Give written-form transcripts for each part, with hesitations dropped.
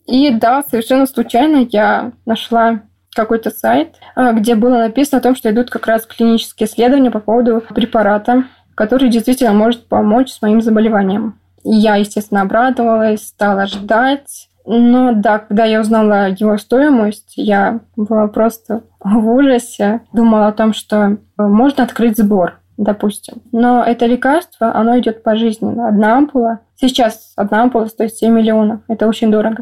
И да, совершенно случайно я нашла какой-то сайт, где было написано о том, что идут как раз клинические исследования по поводу препарата, который действительно может помочь с моим заболеванием. И я, естественно, обрадовалась, стала ждать. Но да, когда я узнала его стоимость, я была просто в ужасе. Думала о том, что можно открыть сбор, допустим. Но это лекарство, оно идет пожизненно. Одна ампула. Сейчас одна ампула стоит 7 миллионов. Это очень дорого.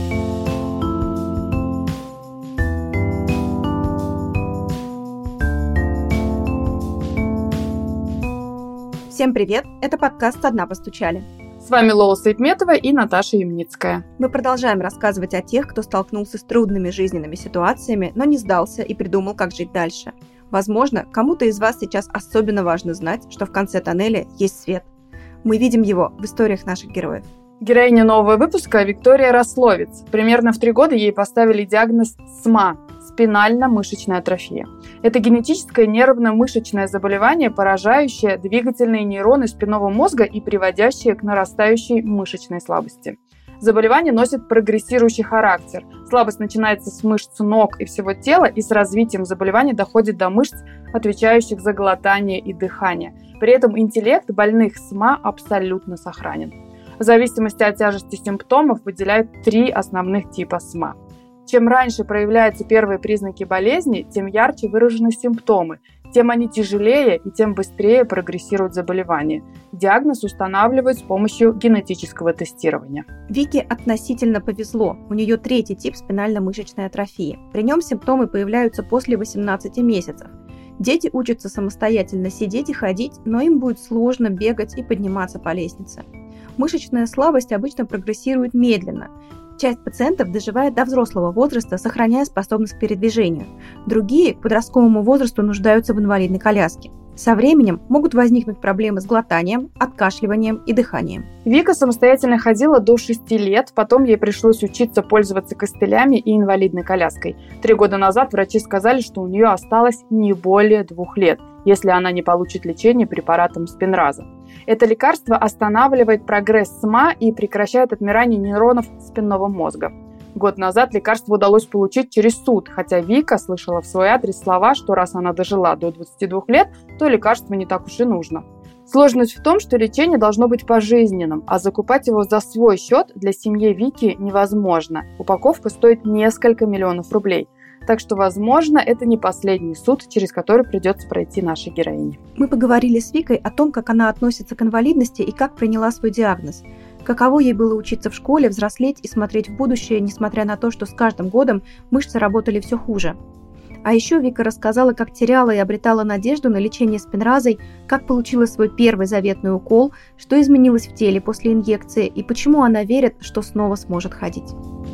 Всем привет! Это подкаст «Со дна постучали». С вами Лола Саидметова и Наташа Ямницкая. Мы продолжаем рассказывать о тех, кто столкнулся с трудными жизненными ситуациями, но не сдался и придумал, как жить дальше. Возможно, кому-то из вас сейчас особенно важно знать, что в конце тоннеля есть свет. Мы видим его в историях наших героев. Героиня нового выпуска Виктория Рословец. Примерно в 3 года ей поставили диагноз СМА – спинально-мышечная атрофия. Это генетическое нервно-мышечное заболевание, поражающее двигательные нейроны спинного мозга и приводящее к нарастающей мышечной слабости. Заболевание носит прогрессирующий характер. Слабость начинается с мышц ног и всего тела, и с развитием заболевания доходит до мышц, отвечающих за глотание и дыхание. При этом интеллект больных СМА абсолютно сохранен. В зависимости от тяжести симптомов выделяют 3 основных типа СМА. Чем раньше проявляются первые признаки болезни, тем ярче выражены симптомы, тем они тяжелее и тем быстрее прогрессирует заболевание. Диагноз устанавливают с помощью генетического тестирования. Вике относительно повезло. У нее 3-й тип спинально-мышечной атрофии. При нем симптомы появляются после 18 месяцев. Дети учатся самостоятельно сидеть и ходить, но им будет сложно бегать и подниматься по лестнице. Мышечная слабость обычно прогрессирует медленно. Часть пациентов доживает до взрослого возраста, сохраняя способность к передвижению. Другие к подростковому возрасту нуждаются в инвалидной коляске. Со временем могут возникнуть проблемы с глотанием, откашливанием и дыханием. Вика самостоятельно ходила до 6 лет, потом ей пришлось учиться пользоваться костылями и инвалидной коляской. 3 года назад врачи сказали, что у нее осталось не более 2 лет, если она не получит лечение препаратом Спинраза. Это лекарство останавливает прогресс СМА и прекращает отмирание нейронов спинного мозга. Год назад лекарство удалось получить через суд, хотя Вика слышала в свой адрес слова, что раз она дожила до 22 лет, то лекарство не так уж и нужно. Сложность в том, что лечение должно быть пожизненным, а закупать его за свой счет для семьи Вики невозможно. Упаковка стоит несколько миллионов рублей. Так что, возможно, это не последний суд, через который придется пройти нашей героине. Мы поговорили с Викой о том, как она относится к инвалидности и как приняла свой диагноз. Каково ей было учиться в школе, взрослеть и смотреть в будущее, несмотря на то, что с каждым годом мышцы работали все хуже. А еще Вика рассказала, как теряла и обретала надежду на лечение Спинразой, как получила свой первый заветный укол, что изменилось в теле после инъекции и почему она верит, что снова сможет ходить.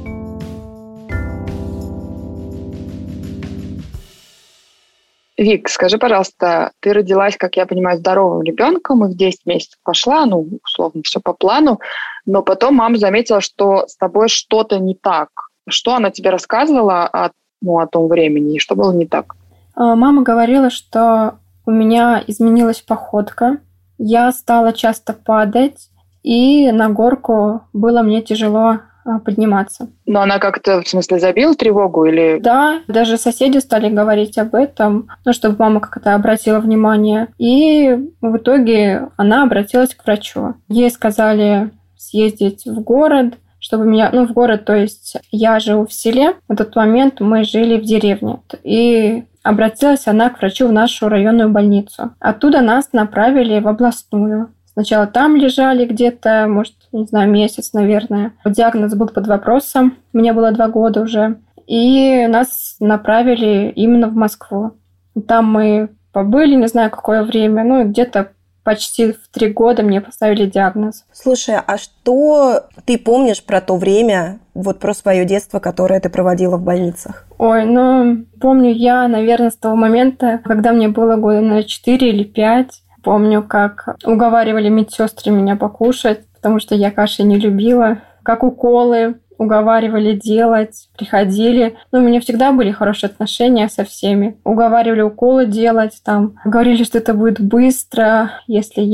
Вик, скажи, пожалуйста, ты родилась, как я понимаю, здоровым ребенком и в 10 месяцев пошла, условно, все по плану, но потом мама заметила, что с тобой что-то не так. Что она тебе рассказывала о том времени и что было не так? Мама говорила, что у меня изменилась походка, я стала часто падать, и на горку было мне тяжело подниматься. Но она как-то, в смысле, забила тревогу или... Да, даже соседи стали говорить об этом, чтобы мама как-то обратила внимание. И в итоге она обратилась к врачу. Ей сказали съездить в город, чтобы меня... в город, то есть я живу в селе. В тот момент мы жили в деревне. И обратилась она к врачу в нашу районную больницу. Оттуда нас направили в областную. Сначала там лежали где-то, месяц, наверное. Диагноз был под вопросом. Мне было 2 года уже. И нас направили именно в Москву. Там мы побыли, не знаю, какое время. Где-то почти в 3 года мне поставили диагноз. Слушай, а что ты помнишь про то время, про свое детство, которое ты проводила в больницах? Помню я, наверное, с того момента, когда мне было года 4 или 5. Помню, как уговаривали медсестры меня покушать, потому что я каши не любила. Как уколы уговаривали делать, приходили. У меня всегда были хорошие отношения со всеми. Уговаривали уколы делать, говорили, что это будет быстро, если я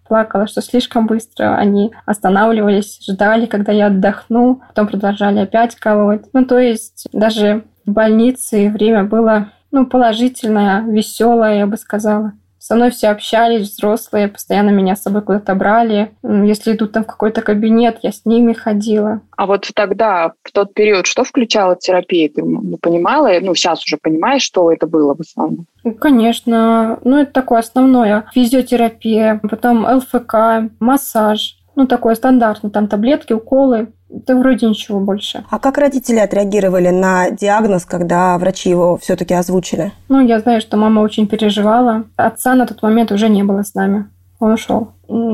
плакала, что слишком быстро они останавливались, ждали, когда я отдохну, потом продолжали опять колоть. Ну, то есть даже в больнице время было, положительное, веселое, я бы сказала. Со мной все общались, взрослые, постоянно меня с собой куда-то брали. Если идут там в какой-то кабинет, я с ними ходила. А вот тогда, в тот период, что включала терапия? Ты понимала? Сейчас уже понимаешь, что это было в основном? Конечно. Это такое основное. Физиотерапия, потом ЛФК, массаж. Такое стандартное. Там таблетки, уколы. Это вроде ничего больше. А как родители отреагировали на диагноз, когда врачи его все-таки озвучили? Я знаю, что мама очень переживала. Отца на тот момент уже не было с нами. Он ушел.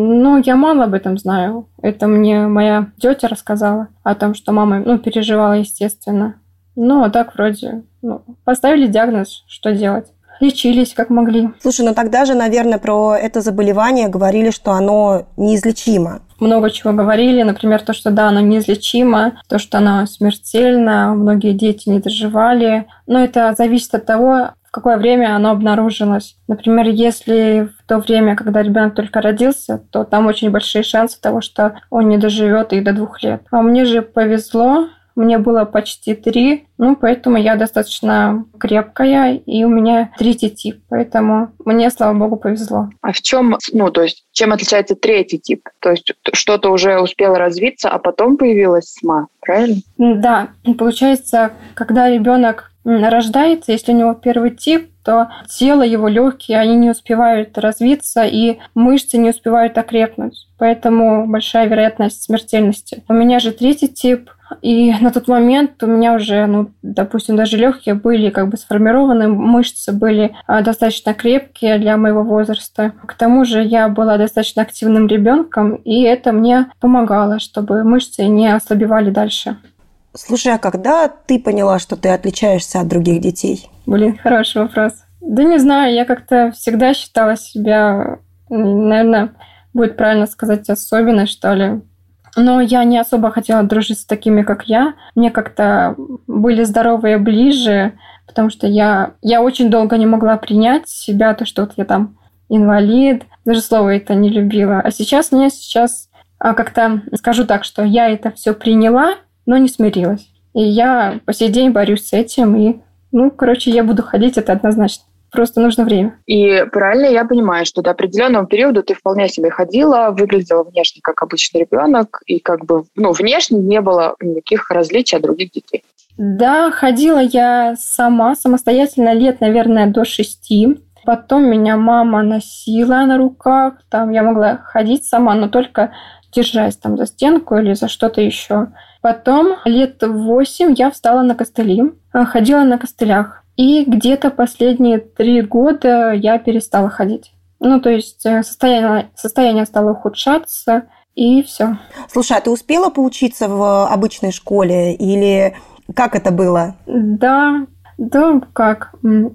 Я мало об этом знаю. Это мне моя тетя рассказала о том, что мама, переживала, естественно. А так вроде, поставили диагноз, что делать? Лечились как могли. Слушай, тогда же, наверное, про это заболевание говорили, что оно неизлечимо. Много чего говорили, например, то, что да, оно неизлечимо, то, что оно смертельно, многие дети не доживали. Но это зависит от того, в какое время оно обнаружилось. Например, если в то время, когда ребенок только родился, то там очень большие шансы того, что он не доживет и до 2 лет. А мне же повезло. Мне было почти 3, поэтому я достаточно крепкая, и у меня 3-й тип, поэтому мне, слава богу, повезло. А в чем, чем отличается 3-й тип? То есть что-то уже успело развиться, а потом появилась СМА, правильно? Да, получается, когда ребенок рождается, если у него 1-й тип, то тело, его легкие, они не успевают развиться, и мышцы не успевают окрепнуть. Поэтому большая вероятность смертельности. У меня же 3-й тип, и на тот момент у меня уже, допустим, даже легкие были сформированы, мышцы были достаточно крепкие для моего возраста. К тому же я была достаточно активным ребенком, и это мне помогало, чтобы мышцы не ослабевали дальше. Слушай, а когда ты поняла, что ты отличаешься от других детей? Хороший вопрос. Да не знаю, я как-то всегда считала себя, наверное, будет правильно сказать, особенной, что ли. Но я не особо хотела дружить с такими, как я. Мне как-то были здоровые ближе, потому что я очень долго не могла принять себя, то, что я там инвалид. Даже слово это не любила. А сейчас как-то скажу так, что я это все приняла, но не смирилась. И я по сей день борюсь с этим. И, я буду ходить, это однозначно. Просто нужно время. И правильно я понимаю, что до определенного периода ты вполне себе ходила, выглядела внешне как обычный ребенок, и внешне не было никаких различий от других детей. Да, ходила я самостоятельно лет, наверное, до 6. Потом меня мама носила на руках. Там я могла ходить сама, но только держась там за стенку или за что-то еще. Потом лет 8 я встала на костыли, ходила на костылях. И где-то последние 3 года я перестала ходить. То есть состояние стало ухудшаться, и все. Слушай, а ты успела поучиться в обычной школе или как это было? Да, как?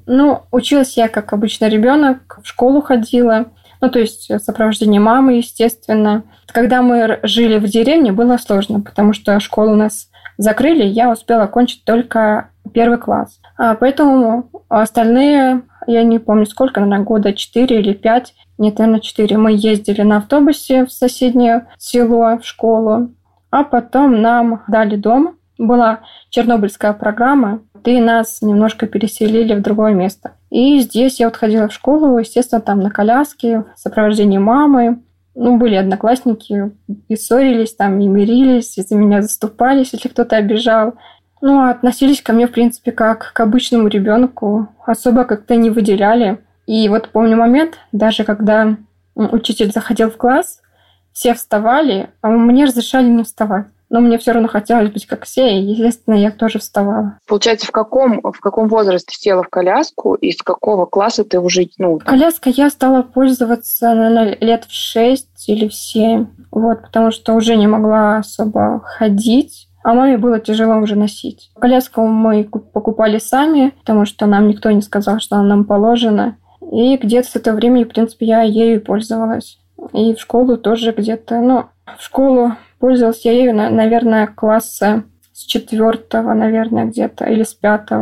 Училась я как обычный ребенок, в школу ходила. То есть сопровождение мамы, естественно. Когда мы жили в деревне, было сложно, потому что школу у нас закрыли, я успела окончить только 1 класс. Поэтому остальные, я не помню сколько, наверное, года 4 или 5, нет, наверное, 4. Мы ездили на автобусе в соседнее село, в школу, а потом нам дали дом. Была чернобыльская программа, и нас немножко переселили в другое место. И здесь я ходила в школу, естественно, там на коляске, в сопровождении мамы. Были одноклассники, и ссорились там, и мирились, и за меня заступались, если кто-то обижал. Относились ко мне, в принципе, как к обычному ребенку, особо как-то не выделяли. И помню момент, даже когда учитель заходил в класс, все вставали, а мне разрешали не вставать. Но мне все равно хотелось быть как все, и, естественно, я тоже вставала. Получается, в каком возрасте села в коляску, и с какого класса ты уже... Коляской я стала пользоваться, наверное, лет в 6 или в 7. Потому что уже не могла особо ходить. А маме было тяжело уже носить. Коляску мы покупали сами, потому что нам никто не сказал, что она нам положена. И где-то с этого времени, в принципе, я ею пользовалась. И в школу тоже где-то. В школу пользовалась я ею, наверное, класса с 4, наверное, где-то, или с 5.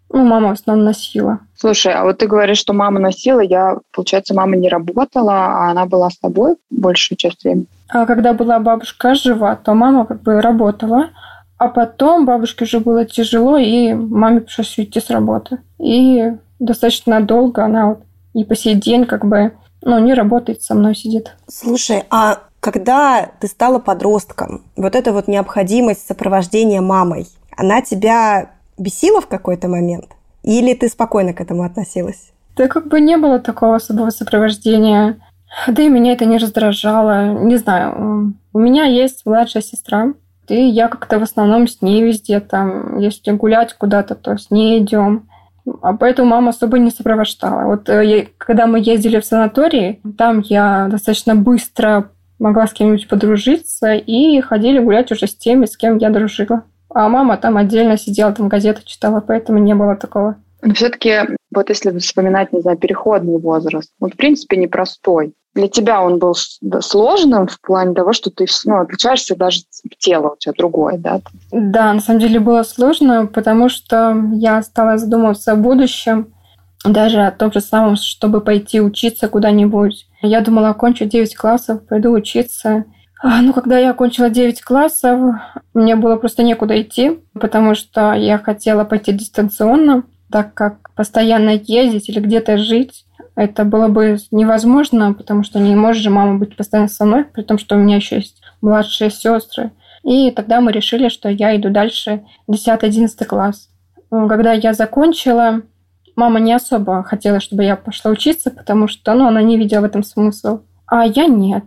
Мама в основном носила. Слушай, а вот ты говоришь, что мама носила, получается, мама не работала, а она была с тобой большую часть времени? А когда была бабушка жива, то мама работала, а потом бабушке уже было тяжело, и маме пришлось уйти с работы. И достаточно долго она и по сей день не работает, со мной сидит. Слушай, а когда ты стала подростком, вот эта необходимость сопровождения мамой, она тебя бесила в какой-то момент? Или ты спокойно к этому относилась? Да не было такого особого сопровождения. Да и меня это не раздражало. Не знаю, у меня есть младшая сестра, и я как-то в основном с ней везде. Если гулять куда-то, то с ней идем. А поэтому мама особо не сопровождала. Когда мы ездили в санаторий, там я достаточно быстро могла с кем-нибудь подружиться и ходили гулять уже с теми, с кем я дружила. А мама там отдельно сидела, газеты читала, поэтому не было такого. Но все-таки, если вспоминать, не знаю, переходный возраст, он, в принципе, непростой. Для тебя он был сложным в плане того, что ты отличаешься, даже тело у тебя другое, да? Да, на самом деле было сложно, потому что я стала задумываться о будущем, даже о том же самом, чтобы пойти учиться куда-нибудь. Я думала, окончу 9 классов, пойду учиться. Когда я окончила 9 классов, мне было просто некуда идти, потому что я хотела пойти дистанционно, так как постоянно ездить или где-то жить, это было бы невозможно, потому что не может же мама быть постоянно со мной, при том, что у меня еще есть младшие сестры. И тогда мы решили, что я иду дальше 10-11 класс. Когда я закончила, мама не особо хотела, чтобы я пошла учиться, потому что она не видела в этом смысл. А я нет.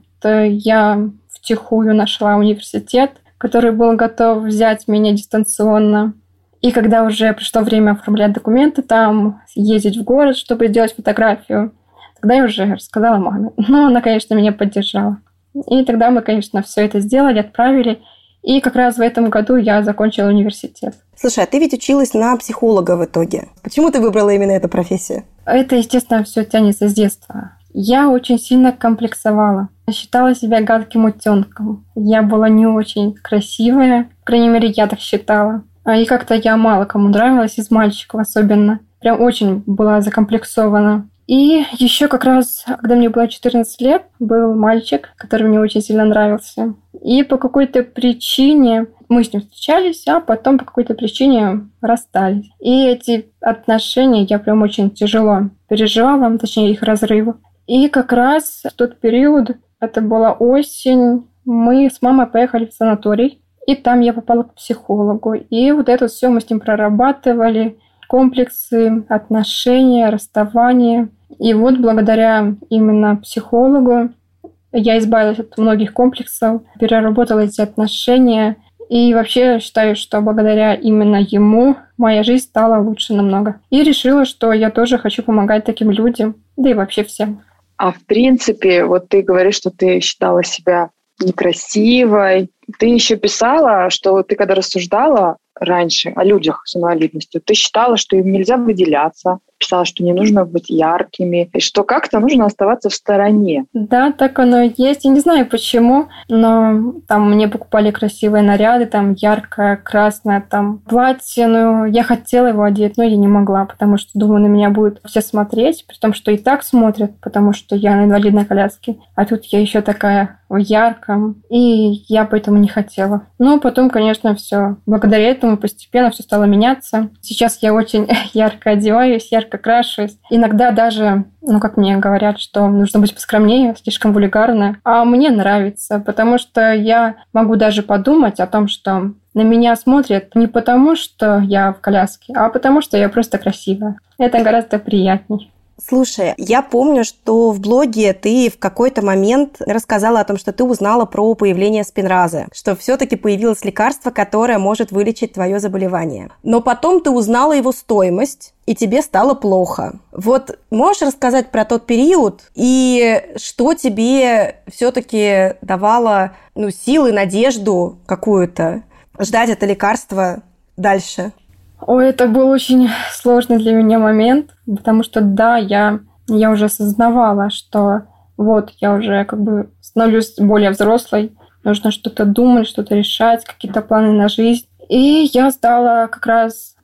Я втихую нашла университет, который был готов взять меня дистанционно. И когда уже пришло время оформлять документы, ездить в город, чтобы сделать фотографию, тогда я уже рассказала маме. Она, конечно, меня поддержала. И тогда мы, конечно, все это сделали, отправили. И как раз в этом году я закончила университет. Слушай, а ты ведь училась на психолога в итоге. Почему ты выбрала именно эту профессию? Это, естественно, все тянется с детства. Я очень сильно комплексовала. Считала себя гадким утенком. Я была не очень красивая. По крайней мере, я так считала. И как-то я мало кому нравилась, из мальчиков особенно. Прям очень была закомплексована. И еще как раз, когда мне было 14 лет, был мальчик, который мне очень сильно нравился. И по какой-то причине мы с ним встречались, а потом по какой-то причине расстались. И эти отношения я прям очень тяжело переживала, точнее их разрыв. И как раз в тот период, это была осень, мы с мамой поехали в санаторий. И там я попала к психологу. И это все мы с ним прорабатывали. Комплексы, отношения, расставания. И благодаря именно психологу я избавилась от многих комплексов, переработала эти отношения. И вообще считаю, что благодаря именно ему моя жизнь стала лучше намного. И решила, что я тоже хочу помогать таким людям, да и вообще всем. А в принципе, ты говоришь, что ты считала себя некрасивой. Ты еще писала, что ты когда рассуждала раньше о людях с инвалидностью, ты считала, что им нельзя выделяться, писала, что не нужно быть яркими, и что как-то нужно оставаться в стороне. Да, так оно и есть. Я не знаю почему, но мне покупали красивые наряды, яркое, красное, платье. Я хотела его одеть, но я не могла, потому что, думаю, на меня будут все смотреть, при том, что и так смотрят, потому что я на инвалидной коляске. А тут я еще такая в ярком, и я поэтому не хотела. Но потом, конечно, все. Благодаря этому постепенно все стало меняться. Сейчас я очень ярко одеваюсь, ярко крашусь. Иногда даже, как мне говорят, что нужно быть поскромнее, слишком вульгарно. А мне нравится, потому что я могу даже подумать о том, что на меня смотрят не потому, что я в коляске, а потому, что я просто красивая. Это гораздо приятней. Слушай, я помню, что в блоге ты в какой-то момент рассказала о том, что ты узнала про появление Спинразы, что все-таки появилось лекарство, которое может вылечить твое заболевание. Но потом ты узнала его стоимость, и тебе стало плохо. Можешь рассказать про тот период и что тебе все-таки давало силы, надежду какую-то ждать это лекарство дальше? Это был очень сложный для меня момент, потому что, да, я уже осознавала, что я уже становлюсь более взрослой, нужно что-то думать, что-то решать, какие-то планы на жизнь. И я сдала как раз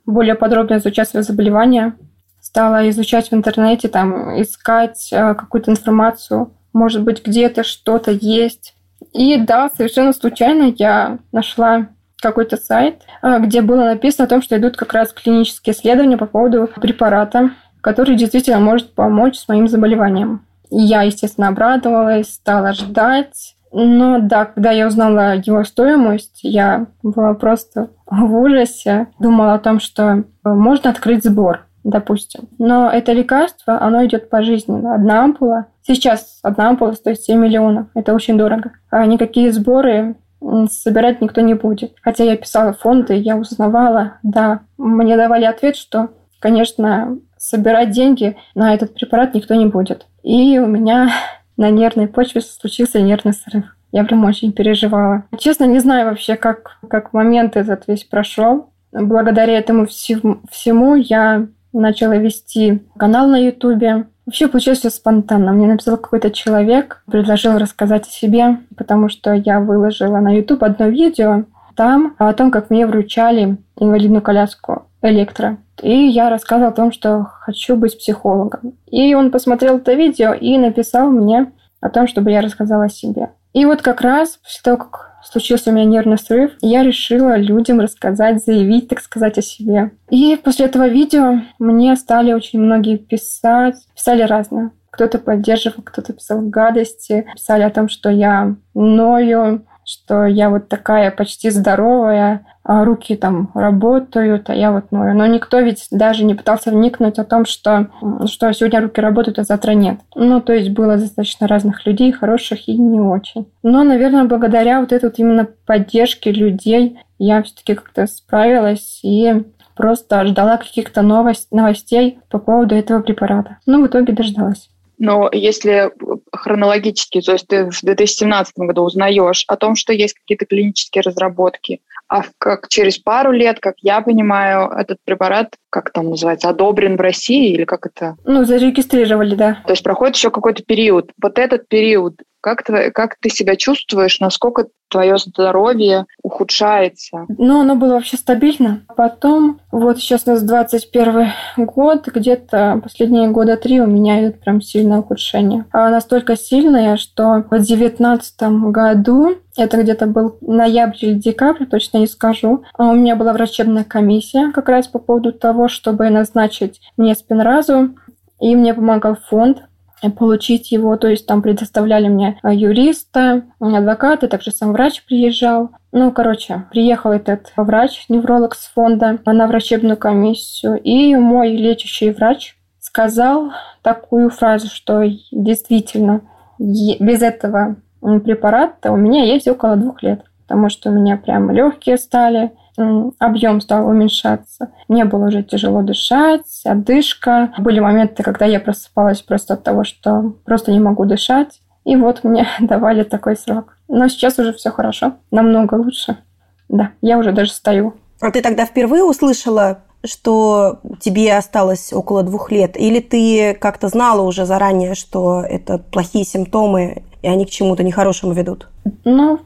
более подробно изучать свое заболевание. Стала изучать в интернете, там, искать какую-то информацию. Может быть, где-то что-то есть. И да, совершенно случайно я нашла какой-то сайт, где было написано о том, что идут как раз клинические исследования по поводу препарата, который действительно может помочь с моим заболеванием. И я, естественно, обрадовалась, стала ждать. Но да, когда я узнала его стоимость, я была просто в ужасе. Думала о том, что можно открыть сбор, допустим. Но это лекарство, оно идет пожизненно. Одна ампула. Сейчас одна ампула стоит 7 миллионов. Это очень дорого. А никакие сборы собирать никто не будет. Хотя я писала в фонды, я узнавала. Да, мне давали ответ, что, конечно, собирать деньги на этот препарат никто не будет. И у меня на нервной почве случился нервный срыв. Я прям очень переживала. Честно, не знаю вообще, как момент этот весь прошел. Благодаря этому всему я начала вести канал на Ютубе. Вообще получилось все спонтанно. Мне написал какой-то человек, предложил рассказать о себе, потому что я выложила на Ютуб одно видео там о том, как мне вручали инвалидную коляску электро. И я рассказывала о том, что хочу быть психологом. И он посмотрел это видео и написал мне о том, чтобы я рассказала о себе. И вот как раз после того, как случился у меня нервный срыв, я решила людям рассказать, заявить, так сказать, о себе. И после этого видео мне стали очень многие писать. Писали разное. Кто-то поддерживал, кто-то писал гадости. Писали о том, что я ною, что я вот такая почти здоровая, а руки там работают, а я вот ною. Но никто ведь даже не пытался вникнуть о том, что сегодня руки работают, а завтра нет. Ну, то есть было достаточно разных людей, хороших и не очень. Но, наверное, благодаря вот этой вот именно поддержке людей я все-таки как-то справилась и просто ждала каких-то новостей по поводу этого препарата. Ну, в итоге дождалась. Но если хронологически, то есть ты в 2017 году узнаешь о том, что есть какие-то клинические разработки, а как через пару лет, как я понимаю, этот препарат, как там называется, одобрен в России или как это? Ну, зарегистрировали, да. То есть проходит еще какой-то период. Вот этот период, как ты себя чувствуешь, насколько твое здоровье ухудшается? Ну, оно было вообще стабильно. Потом, вот сейчас у нас 21 год, где-то последние года 3 у меня идет прям сильное ухудшение. А настолько сильное, что в 2019 году, это где-то был ноябрь или декабрь, точно не скажу, у меня была врачебная комиссия как раз по поводу того, чтобы назначить мне спинразу, и мне помогал фонд получить его, то есть там предоставляли мне юриста, адвоката, также сам врач приезжал. Ну, короче, приехал этот врач, невролог с фонда на врачебную комиссию, и мой лечащий врач сказал такую фразу, что действительно без этого препарата у меня есть около 2 лет, потому что у меня прям легкие стали, объем стал уменьшаться. Мне было уже тяжело дышать, одышка. Были моменты, когда я просыпалась просто от того, что просто не могу дышать. И вот мне давали такой срок. Но сейчас уже все хорошо, намного лучше. Да, я уже даже стою. А ты тогда впервые услышала, что тебе осталось около 2 лет? Или ты как-то знала уже заранее, что это плохие симптомы, и они к чему-то нехорошему ведут? Ну,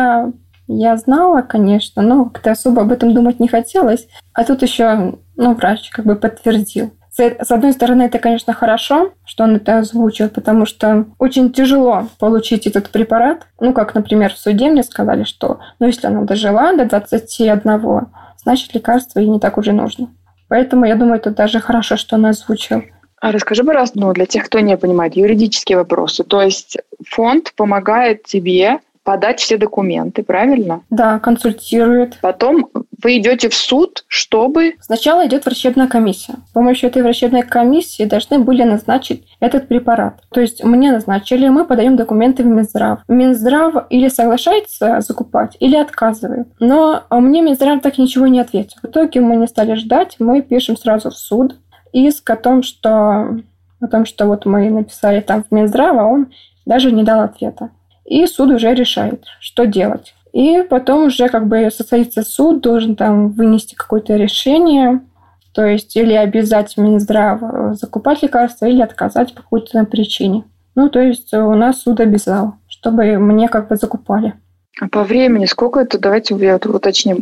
я знала, конечно, но как-то особо об этом думать не хотелось. А тут еще, врач как бы подтвердил. С одной стороны, это, конечно, хорошо, что он это озвучил, потому что очень тяжело получить этот препарат. Ну, как, например, в суде мне сказали, что, если она дожила до 21, значит, лекарство ей не так уже нужно. Поэтому, я думаю, это даже хорошо, что он озвучил. А расскажи, пожалуйста, для тех, кто не понимает, юридические вопросы. То есть фонд помогает тебе подать все документы, правильно? Да, консультирует. Потом вы идете в суд, чтобы... Сначала идет врачебная комиссия. С помощью этой врачебной комиссии должны были назначить этот препарат. То есть мне назначили, мы подаем документы в Минздрав. Минздрав или соглашается закупать, или отказывает. Но мне Минздрав так ничего не ответил. В итоге мы не стали ждать, мы пишем сразу в суд иск о том, что вот мы написали там в Минздрав, а он даже не дал ответа. И суд уже решает, что делать. И потом уже состоится суд, должен там вынести какое-то решение, то есть или обязать Минздрав закупать лекарства, или отказать по какой-то причине. То есть у нас суд обязал, чтобы мне закупали. А по времени сколько это? Давайте уточним.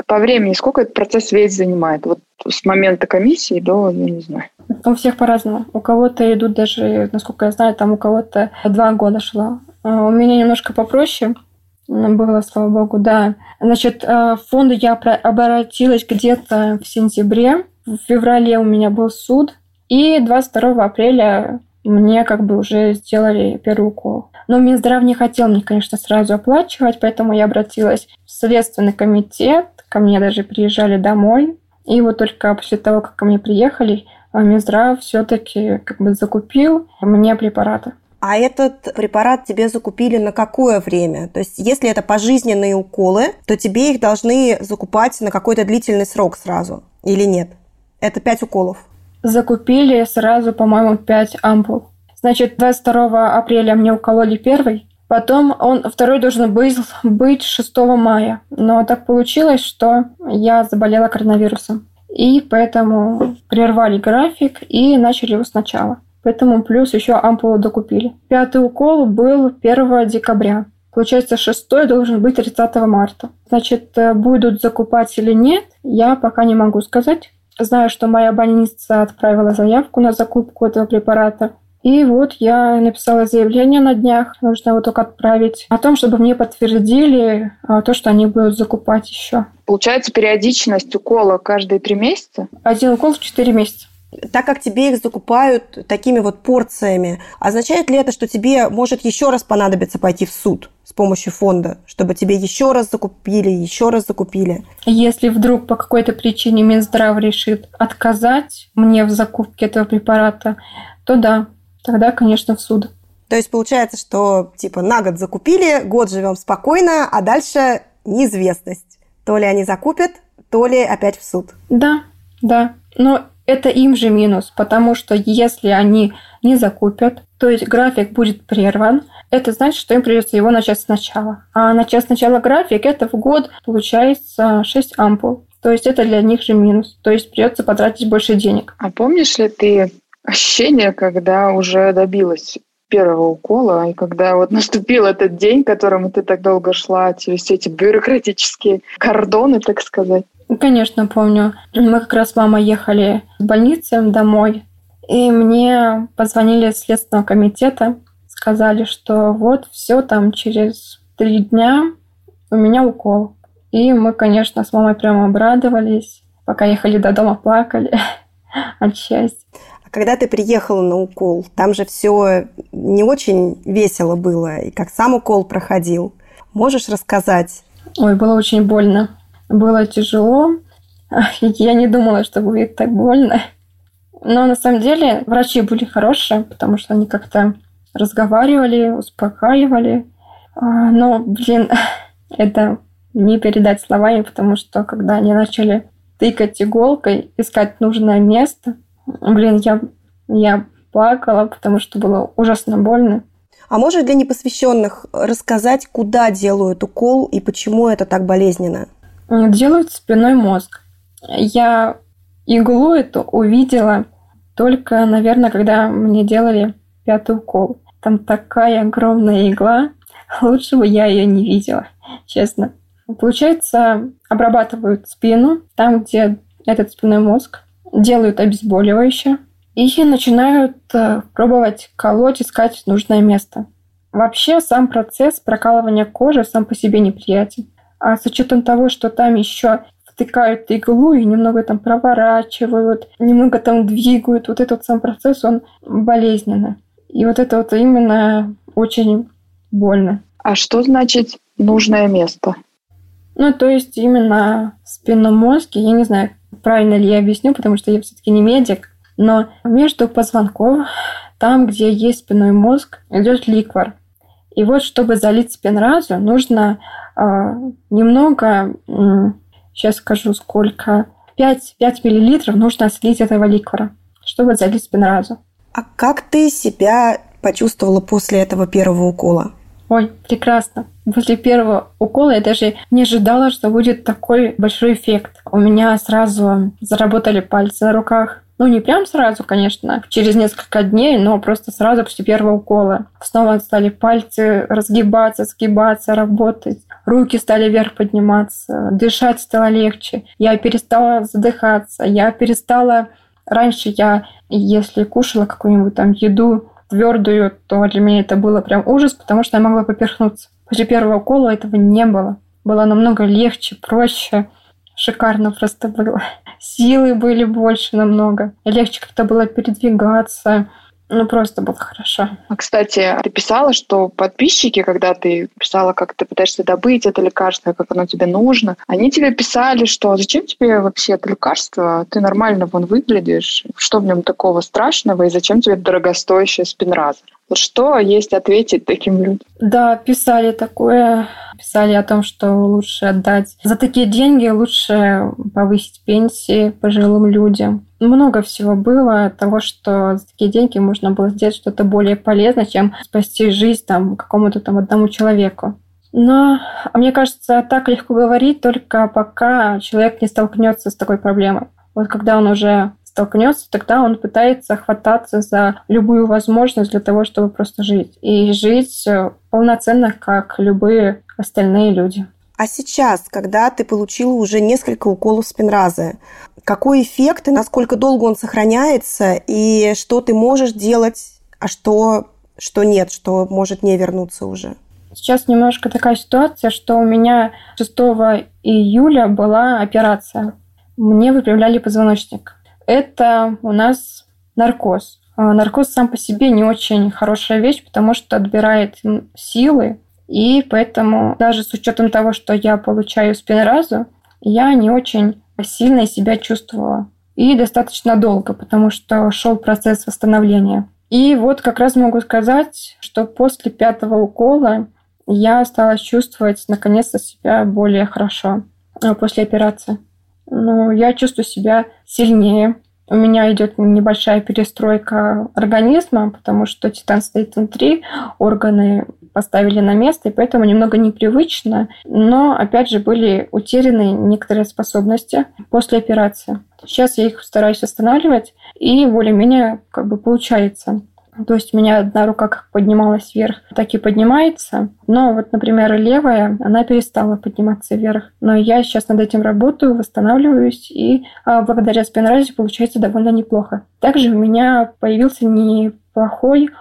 по времени, сколько этот процесс весь занимает? Вот с момента комиссии до, я не знаю. У всех по-разному. У кого-то идут даже, насколько я знаю, там у кого-то 2 года шло. У меня немножко попроще было, слава богу, да. Значит, в фонд я обратилась где-то в сентябре. В феврале у меня был суд. И 22 апреля мне как бы уже сделали первый укол. Но Минздрав не хотел мне, конечно, сразу оплачивать, поэтому я обратилась в Следственный комитет. Ко мне даже приезжали домой. И вот только после того, как ко мне приехали, Минздрав все-таки как бы закупил мне препараты. А этот препарат тебе закупили на какое время? То есть, если это пожизненные уколы, то тебе их должны закупать на какой-то длительный срок сразу или нет? Это 5 уколов. Закупили сразу, по-моему, 5 ампул. Значит, 22 апреля мне укололи первый, потом второй должен быть 6 мая. Но так получилось, что я заболела коронавирусом. И поэтому прервали график и начали его сначала. Поэтому плюс еще ампулу докупили. 5-й укол был 1 декабря. Получается, 6-й должен быть 30 марта. Значит, будут закупать или нет, я пока не могу сказать. Знаю, что моя больница отправила заявку на закупку этого препарата. И вот я написала заявление на днях, нужно его только отправить, о том, чтобы мне подтвердили то, что они будут закупать еще. Получается, периодичность укола каждые 3 месяца? 1 укол в 4 месяца. Так как тебе их закупают такими вот порциями, означает ли это, что тебе может еще раз понадобиться пойти в суд с помощью фонда, чтобы тебе еще раз закупили? Если вдруг по какой-то причине Минздрав решит отказать мне в закупке этого препарата, то да, тогда, конечно, в суд. То есть получается, что типа на год закупили, год живем спокойно, а дальше неизвестность. То ли они закупят, то ли опять в суд. Да. Но это им же минус, потому что если они не закупят, то есть график будет прерван, это значит, что им придется его начать сначала. А начать сначала график, это в год получается 6 ампул. То есть это для них же минус. То есть придется потратить больше денег. А помнишь ли ты ощущение, когда уже добилась первого укола, и когда вот наступил этот день, к которому ты так долго шла, через эти бюрократические кордоны, так сказать? Конечно, помню. Мы как раз с мамой ехали в больницу домой, и мне позвонили из Следственного комитета, сказали, что вот все там через 3 дня у меня укол. И мы, конечно, с мамой прямо обрадовались, пока ехали до дома, плакали от счастья. А когда ты приехала на укол, там же все не очень весело было, и как сам укол проходил. Можешь рассказать? Ой, было очень больно. Было тяжело. Я не думала, что будет так больно. Но на самом деле врачи были хорошие, потому что они как-то разговаривали, успокаивали. Но, это не передать словами, потому что когда они начали тыкать иголкой, искать нужное место, я плакала, потому что было ужасно больно. А можешь для непосвященных рассказать, куда делают укол и почему это так болезненно? Делают спинной мозг. Я иглу эту увидела только, наверное, когда мне делали 5-й укол. Там такая огромная игла, лучше бы я ее не видела, честно. Получается, обрабатывают спину, там, где этот спинной мозг, делают обезболивающее и начинают пробовать колоть, искать нужное место. Вообще, сам процесс прокалывания кожи сам по себе неприятен. А с учетом того, что там еще втыкают иглу и немного там проворачивают, немного там двигают, вот этот сам процесс, он болезненный. И вот это вот именно очень больно. А что значит нужное место? То есть именно в спинном мозге, я не знаю, правильно ли я объясню, потому что я все-таки не медик, но между позвонков, там, где есть спинной мозг, идет ликвор. И вот, чтобы залить спинразу, нужно немного, сейчас скажу сколько, 5 миллилитров нужно слить этого ликвора, чтобы залить спинразу. А как ты себя почувствовала после этого первого укола? Ой, прекрасно. После первого укола я даже не ожидала, что будет такой большой эффект. У меня сразу заработали пальцы на руках. Ну, не прям сразу, конечно, через несколько дней, но просто сразу после первого укола. Снова стали пальцы разгибаться, сгибаться, работать. Руки стали вверх подниматься, дышать стало легче. Я перестала задыхаться, я перестала... Раньше я, если кушала какую-нибудь там еду твердую, то для меня это было прям ужас, потому что я могла поперхнуться. После первого укола этого не было. Было намного легче, проще. Шикарно просто было. Силы были больше намного. Легче как-то было передвигаться. Ну, просто было хорошо. А, кстати, ты писала, что подписчики, когда ты писала, как ты пытаешься добыть это лекарство, как оно тебе нужно, они тебе писали, что зачем тебе вообще это лекарство? Ты нормально вон выглядишь. Что в нем такого страшного? И зачем тебе дорогостоящая Спинраза? Вот что есть ответить таким людям? Да, писали такое. Писали о том, что лучше отдать. За такие деньги лучше повысить пенсии пожилым людям. Много всего было того, что за такие деньги можно было сделать что-то более полезное, чем спасти жизнь там какому-то там одному человеку. Но мне кажется, так легко говорить, только пока человек не столкнется с такой проблемой. Вот когда он уже столкнется, тогда он пытается хвататься за любую возможность для того, чтобы просто жить. И жить полноценно, как любые остальные люди. А сейчас, когда ты получила уже несколько уколов Спинразы, какой эффект и насколько долго он сохраняется, и что ты можешь делать, а что нет, что может не вернуться уже? Сейчас немножко такая ситуация, что у меня 6 июля была операция. Мне выпрямляли позвоночник. Это у нас наркоз. Наркоз сам по себе не очень хорошая вещь, потому что отбирает силы. И поэтому даже с учетом того, что я получаю Спинразу, я не очень сильно себя чувствовала. И достаточно долго, потому что шел процесс восстановления. И вот как раз могу сказать, что после 5-го укола я стала чувствовать наконец-то себя более хорошо после операции. Ну, я чувствую себя сильнее. У меня идет небольшая перестройка организма, потому что титан стоит внутри, органы поставили на место, и поэтому немного непривычно. Но, опять же, были утеряны некоторые способности после операции. Сейчас я их стараюсь восстанавливать, и более-менее получается. То есть у меня одна рука как поднималась вверх, так и поднимается. Но вот, например, левая, она перестала подниматься вверх. Но я сейчас над этим работаю, восстанавливаюсь, и благодаря Спинразе получается довольно неплохо. Также у меня появился неплохой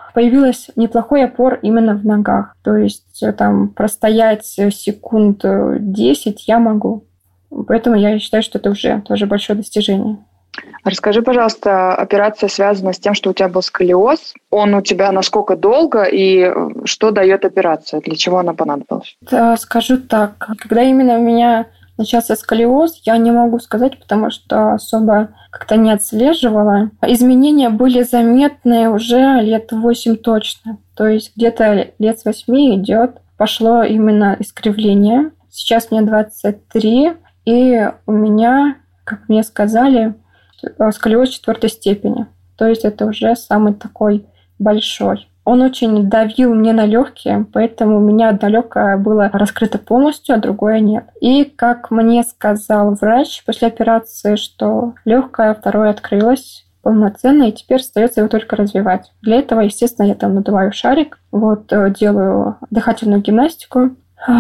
опор именно в ногах. То есть там простоять секунд 10 я могу. Поэтому я считаю, что это уже тоже большое достижение. Расскажи, пожалуйста, операция связана с тем, что у тебя был сколиоз. Он у тебя насколько долго и что дает операция? Для чего она понадобилась? Да, скажу так. Когда именно у меня начался сколиоз, я не могу сказать, потому что особо как-то не отслеживала. Изменения были заметны уже лет 8 точно. То есть где-то лет с 8 пошло именно искривление. Сейчас мне 23, и у меня, как мне сказали, сколиоз 4 степени. То есть это уже самый такой большой. Он очень давил мне на легкие, поэтому у меня одно легкое было раскрыто полностью, а другое нет. И как мне сказал врач после операции, что легкое второе открылось полноценно, и теперь остается его только развивать. Для этого, естественно, я там надуваю шарик, делаю дыхательную гимнастику.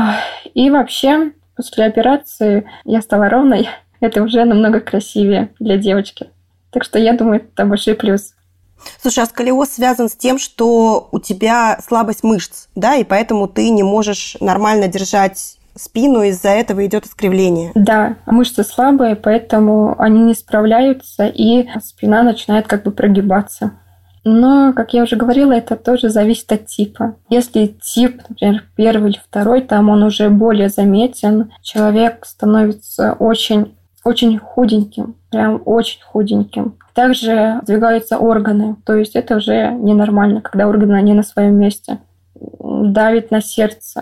И вообще, после операции я стала ровной. Это уже намного красивее для девочки. Так что я думаю, это большой плюс. Слушай, а сколиоз связан с тем, что у тебя слабость мышц, да, и поэтому ты не можешь нормально держать спину, из-за этого идет искривление. Да, мышцы слабые, поэтому они не справляются, и спина начинает прогибаться. Но, как я уже говорила, это тоже зависит от типа. Если тип, например, 1 или 2, там он уже более заметен, человек становится очень худеньким, прям очень худеньким. Также сдвигаются органы, то есть это уже ненормально, когда органы не на своем месте. Давит на сердце,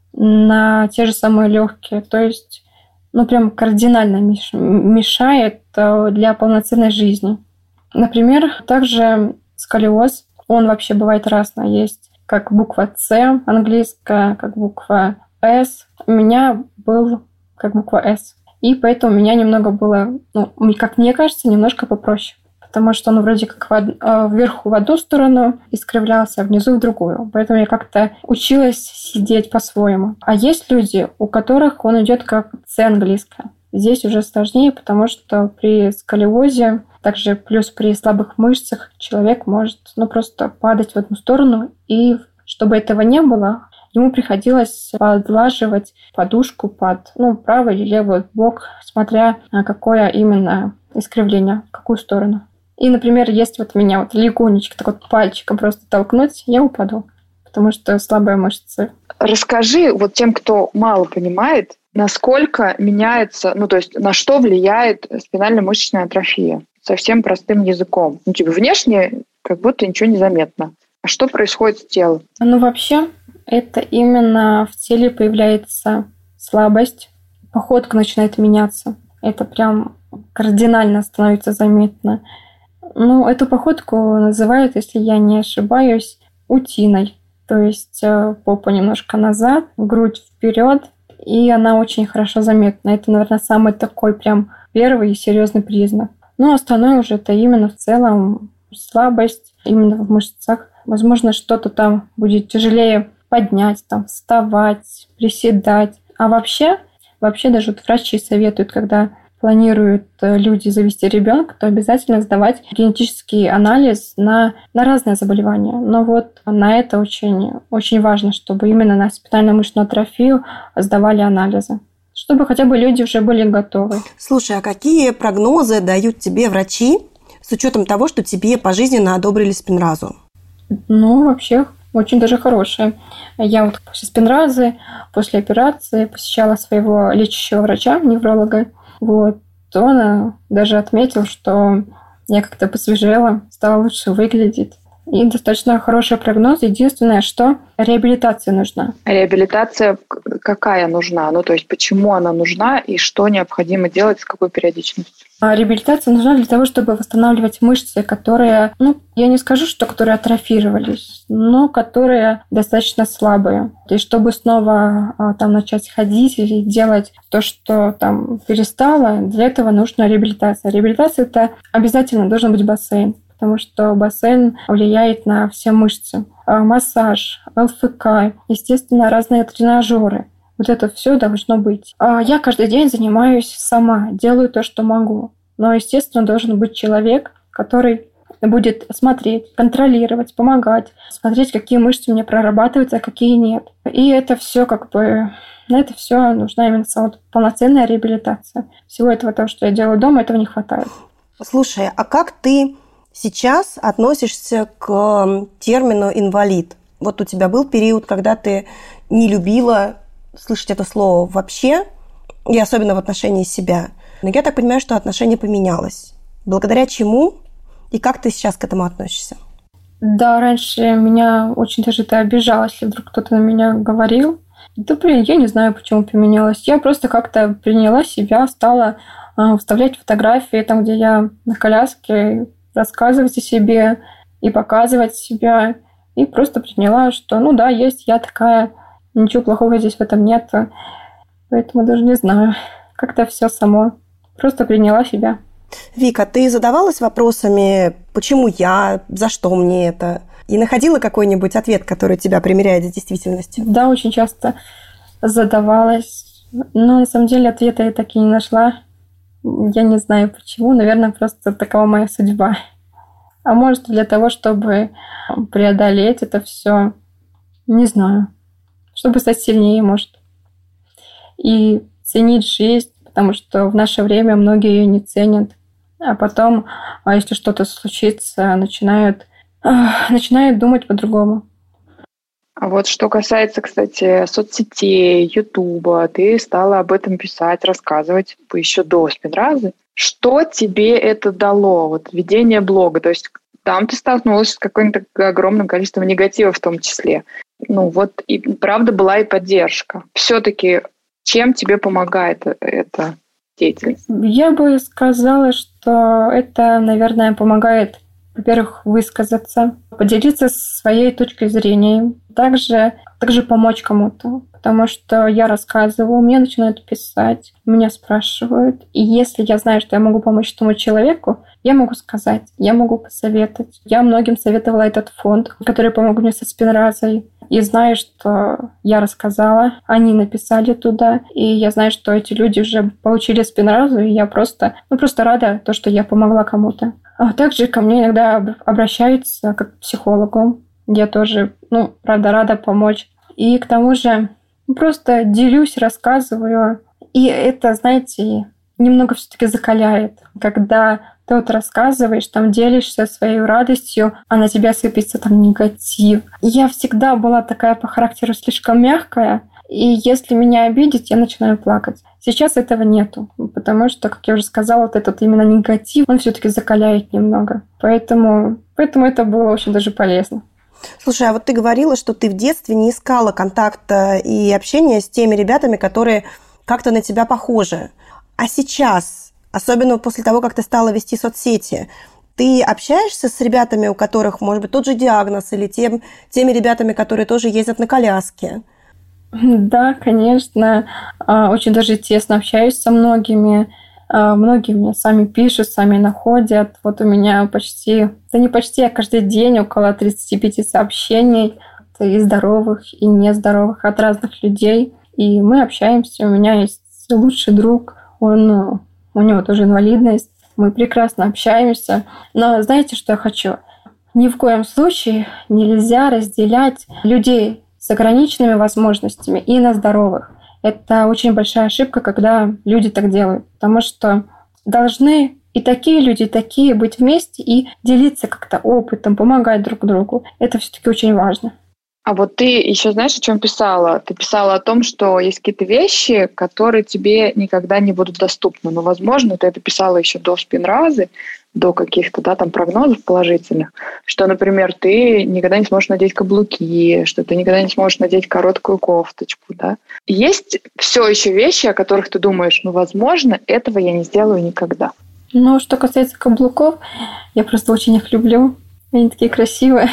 на те же самые легкие, то есть прям кардинально мешает для полноценной жизни. Например, также сколиоз, он вообще бывает разный. Есть как буква С английская, как буква С. У меня был как буква С. И поэтому у меня немного было, как мне кажется, немножко попроще. потому что он вроде как вверху в одну сторону искривлялся, а внизу в другую. Поэтому я как-то училась сидеть по-своему. А есть люди, у которых он идет как С английская. Здесь уже сложнее, потому что при сколиозе, также плюс при слабых мышцах, человек может просто падать в одну сторону. И чтобы этого не было, ему приходилось подлаживать подушку под правый или левый бок, смотря на какое именно искривление, в какую сторону. И, например, если меня легонечко так пальчиком просто толкнуть, я упаду, потому что слабые мышцы. Расскажи тем, кто мало понимает, насколько меняется, то есть на что влияет спинально-мышечная атрофия? Совсем простым языком. Внешне как будто ничего не заметно. А что происходит с телом? Вообще, это именно в теле появляется слабость, походка начинает меняться. Это прям кардинально становится заметно. Эту походку называют, если я не ошибаюсь, утиной. То есть попа немножко назад, грудь вперед, и она очень хорошо заметна. Это, наверное, самый такой прям первый и серьезный признак. Остальное уже это именно в целом слабость, именно в мышцах. Возможно, что-то там будет тяжелее поднять, вставать, приседать. А вообще даже врачи советуют, когда планируют люди завести ребенка, то обязательно сдавать генетический анализ на разные заболевания. Но на это очень, очень важно, чтобы именно на спинально-мышечную атрофию сдавали анализы, чтобы хотя бы люди уже были готовы. Слушай, а какие прогнозы дают тебе врачи с учетом того, что тебе пожизненно одобрили спинразу? Вообще очень даже хорошие. Я после спинразы, после операции посещала своего лечащего врача, невролога. Он даже отметил, что я как-то посвежела, стала лучше выглядеть. И достаточно хороший прогноз. Единственное, что реабилитация нужна. Реабилитация какая нужна? То есть почему она нужна и что необходимо делать, с какой периодичностью? Реабилитация нужна для того, чтобы восстанавливать мышцы, которые, я не скажу, что которые атрофировались, но которые достаточно слабые. И чтобы снова начать ходить или делать то, что перестало, для этого нужна реабилитация. Реабилитация – это обязательно должен быть бассейн, потому что бассейн влияет на все мышцы. Массаж, ЛФК, естественно, разные тренажеры. Это все должно быть. Я каждый день занимаюсь сама, делаю то, что могу. Но, естественно, должен быть человек, который будет смотреть, контролировать, помогать, смотреть, какие мышцы у меня прорабатываются, а какие нет. И это все на это все нужна именно полноценная реабилитация. Всего этого, того, что я делаю дома, этого не хватает. Слушай, а как ты сейчас относишься к термину «инвалид»? У тебя был период, когда ты не любила слышать это слово вообще, и особенно в отношении себя. Но я так понимаю, что отношение поменялось. Благодаря чему и как ты сейчас к этому относишься? Да, раньше меня очень даже это обижало, если вдруг кто-то на меня говорил. Я не знаю, почему поменялось. Я просто как-то приняла себя, стала вставлять фотографии там, где я на коляске, рассказывать о себе и показывать себя. И просто приняла, что есть я такая, ничего плохого здесь в этом нет. Поэтому даже не знаю. Как-то все само. Просто приняла себя. Вика, ты задавалась вопросами, почему я, за что мне это? И находила какой-нибудь ответ, который тебя примеряет с действительностью? Да, очень часто задавалась. Но на самом деле ответа я так и не нашла. Я не знаю почему. Наверное, просто такова моя судьба. А может, для того, чтобы преодолеть это все, не знаю. Чтобы стать сильнее, может. И ценить жизнь, потому что в наше время многие ее не ценят. А потом, если что-то случится, начинают думать по-другому. А что касается, кстати, соцсетей, Ютуба, ты стала об этом писать, рассказывать еще до спинразы. Что тебе это дало, ведение блога? То есть там ты столкнулась с каким-то огромным количеством негатива в том числе. И правда была и поддержка. Все-таки чем тебе помогает эта деятельность? Я бы сказала, что это, наверное, помогает, во-первых, высказаться, поделиться своей точкой зрения, также помочь кому-то. Потому что я рассказываю, мне начинают писать, меня спрашивают. И если я знаю, что я могу помочь этому человеку, Я могу сказать, я могу посоветовать. Я многим советовала этот фонд, который помог мне со спинразой. И знаю, что я рассказала, они написали туда, и я знаю, что эти люди уже получили спинразу, и я просто рада, то, что я помогла кому-то. А также ко мне иногда обращаются как к психологу. Я тоже, рада помочь. И к тому же просто делюсь, рассказываю. И это, знаете, немного все-таки закаляет, когда ты вот рассказываешь, там делишься своей радостью, а на тебя сыпется там негатив. Я всегда была такая по характеру слишком мягкая, и если меня обидеть, я начинаю плакать. Сейчас этого нету, потому что, как я уже сказала, вот этот именно негатив, он все-таки закаляет немного. Поэтому это было очень даже полезно. Слушай, а вот ты говорила, что ты в детстве не искала контакта и общения с теми ребятами, которые как-то на тебя похожи. А сейчас, особенно после того, как ты стала вести соцсети, ты общаешься с ребятами, у которых, может быть, тот же диагноз, или теми ребятами, которые тоже ездят на коляске? Да, конечно. Очень даже тесно общаюсь со многими. Многие мне сами пишут, сами находят. Вот у меня а каждый день около 35 сообщений и здоровых, и нездоровых от разных людей. И мы общаемся. У меня есть лучший друг. У него тоже инвалидность. Мы прекрасно общаемся. Но знаете, что я хочу? Ни в коем случае нельзя разделять людей с ограниченными возможностями и на здоровых. Это очень большая ошибка, когда люди так делают. Потому что должны и такие люди, и такие быть вместе и делиться как-то опытом, помогать друг другу. Это все-таки очень важно. А вот ты еще знаешь, о чем писала? Ты писала о том, что есть какие-то вещи, которые тебе никогда не будут доступны. Но, возможно, ты это писала еще до спинразы, до каких-то прогнозов положительных, что, например, ты никогда не сможешь надеть каблуки, что ты никогда не сможешь надеть короткую кофточку. Да? Есть все еще вещи, о которых ты думаешь, возможно, этого я не сделаю никогда. Что касается каблуков, я просто очень их люблю. Они такие красивые.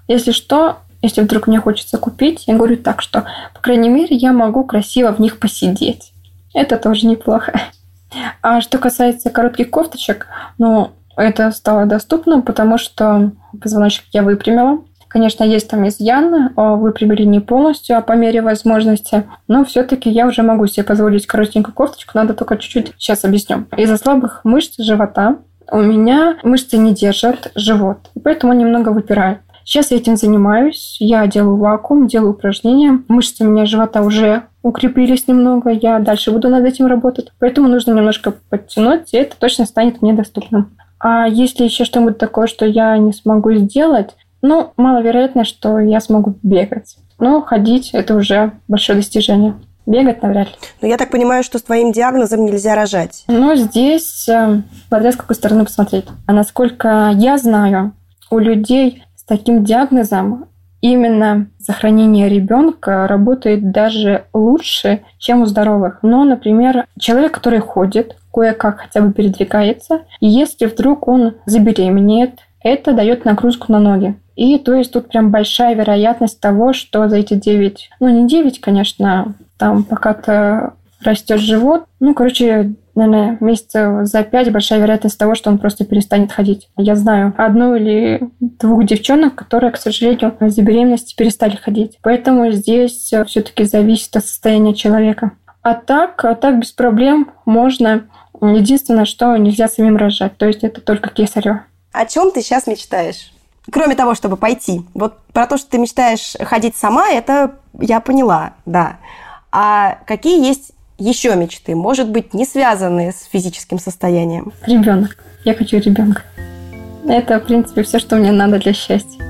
Если вдруг мне хочется купить, я говорю так, что, по крайней мере, я могу красиво в них посидеть. Это тоже неплохо. А что касается коротких кофточек, это стало доступно, потому что позвоночник я выпрямила. Конечно, есть там изъяны, выпрямили не полностью, а по мере возможности. Но все-таки я уже могу себе позволить коротенькую кофточку, надо только чуть-чуть, сейчас объясню. Из-за слабых мышц живота у меня мышцы не держат живот, и поэтому он немного выпирает. Сейчас я этим занимаюсь, я делаю вакуум, делаю упражнения. Мышцы у меня живота уже укрепились немного, я дальше буду над этим работать. Поэтому нужно немножко подтянуть, и это точно станет мне доступным. А если еще что-нибудь такое, что я не смогу сделать, маловероятно, что я смогу бегать. Но ходить – это уже большое достижение. Бегать навряд ли. Но я так понимаю, что с твоим диагнозом нельзя рожать. Здесь, смотря с какой стороны посмотреть. А насколько я знаю, у людей с таким диагнозом именно сохранение ребенка работает даже лучше, чем у здоровых. Например, человек, который ходит, кое-как хотя бы передвигается, и если вдруг он забеременеет, это дает нагрузку на ноги. И то есть тут прям большая вероятность того, что за эти 9, не 9, конечно, там пока-то растет живот, наверное, месяцев за 5 большая вероятность того, что он просто перестанет ходить. Я знаю 1 или 2 девчонок, которые, к сожалению, из-за беременности перестали ходить. Поэтому здесь все-таки зависит от состояния человека. А так без проблем можно. Единственное, что нельзя самим рожать. То есть это только кесарево. О чем ты сейчас мечтаешь? Кроме того, чтобы пойти. Вот про то, что ты мечтаешь ходить сама, это я поняла, да. А какие есть еще мечты, может быть, не связанные с физическим состоянием? Ребенок. Я хочу ребенка. Это, в принципе, все, что мне надо для счастья.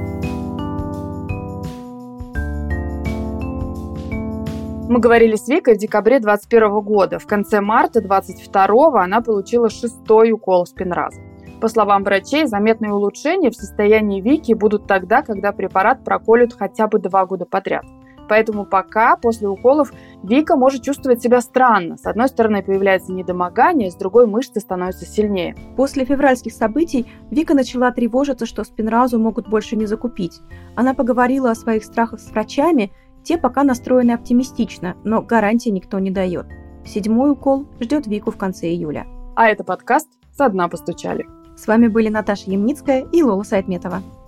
Мы говорили с Викой в декабре 2021 года. В конце марта 2022 она получила 6-й укол спинразы. По словам врачей, заметные улучшения в состоянии Вики будут тогда, когда препарат проколют хотя бы 2 года подряд. Поэтому пока, после уколов, Вика может чувствовать себя странно. С одной стороны, появляется недомогание, с другой мышцы становятся сильнее. После февральских событий Вика начала тревожиться, что спинразу могут больше не закупить. Она поговорила о своих страхах с врачами, те пока настроены оптимистично, но гарантии никто не дает. 7-й укол ждет Вику в конце июля. А это подкаст «Со дна постучали». С вами были Наташа Ямницкая и Лола Сайтметова.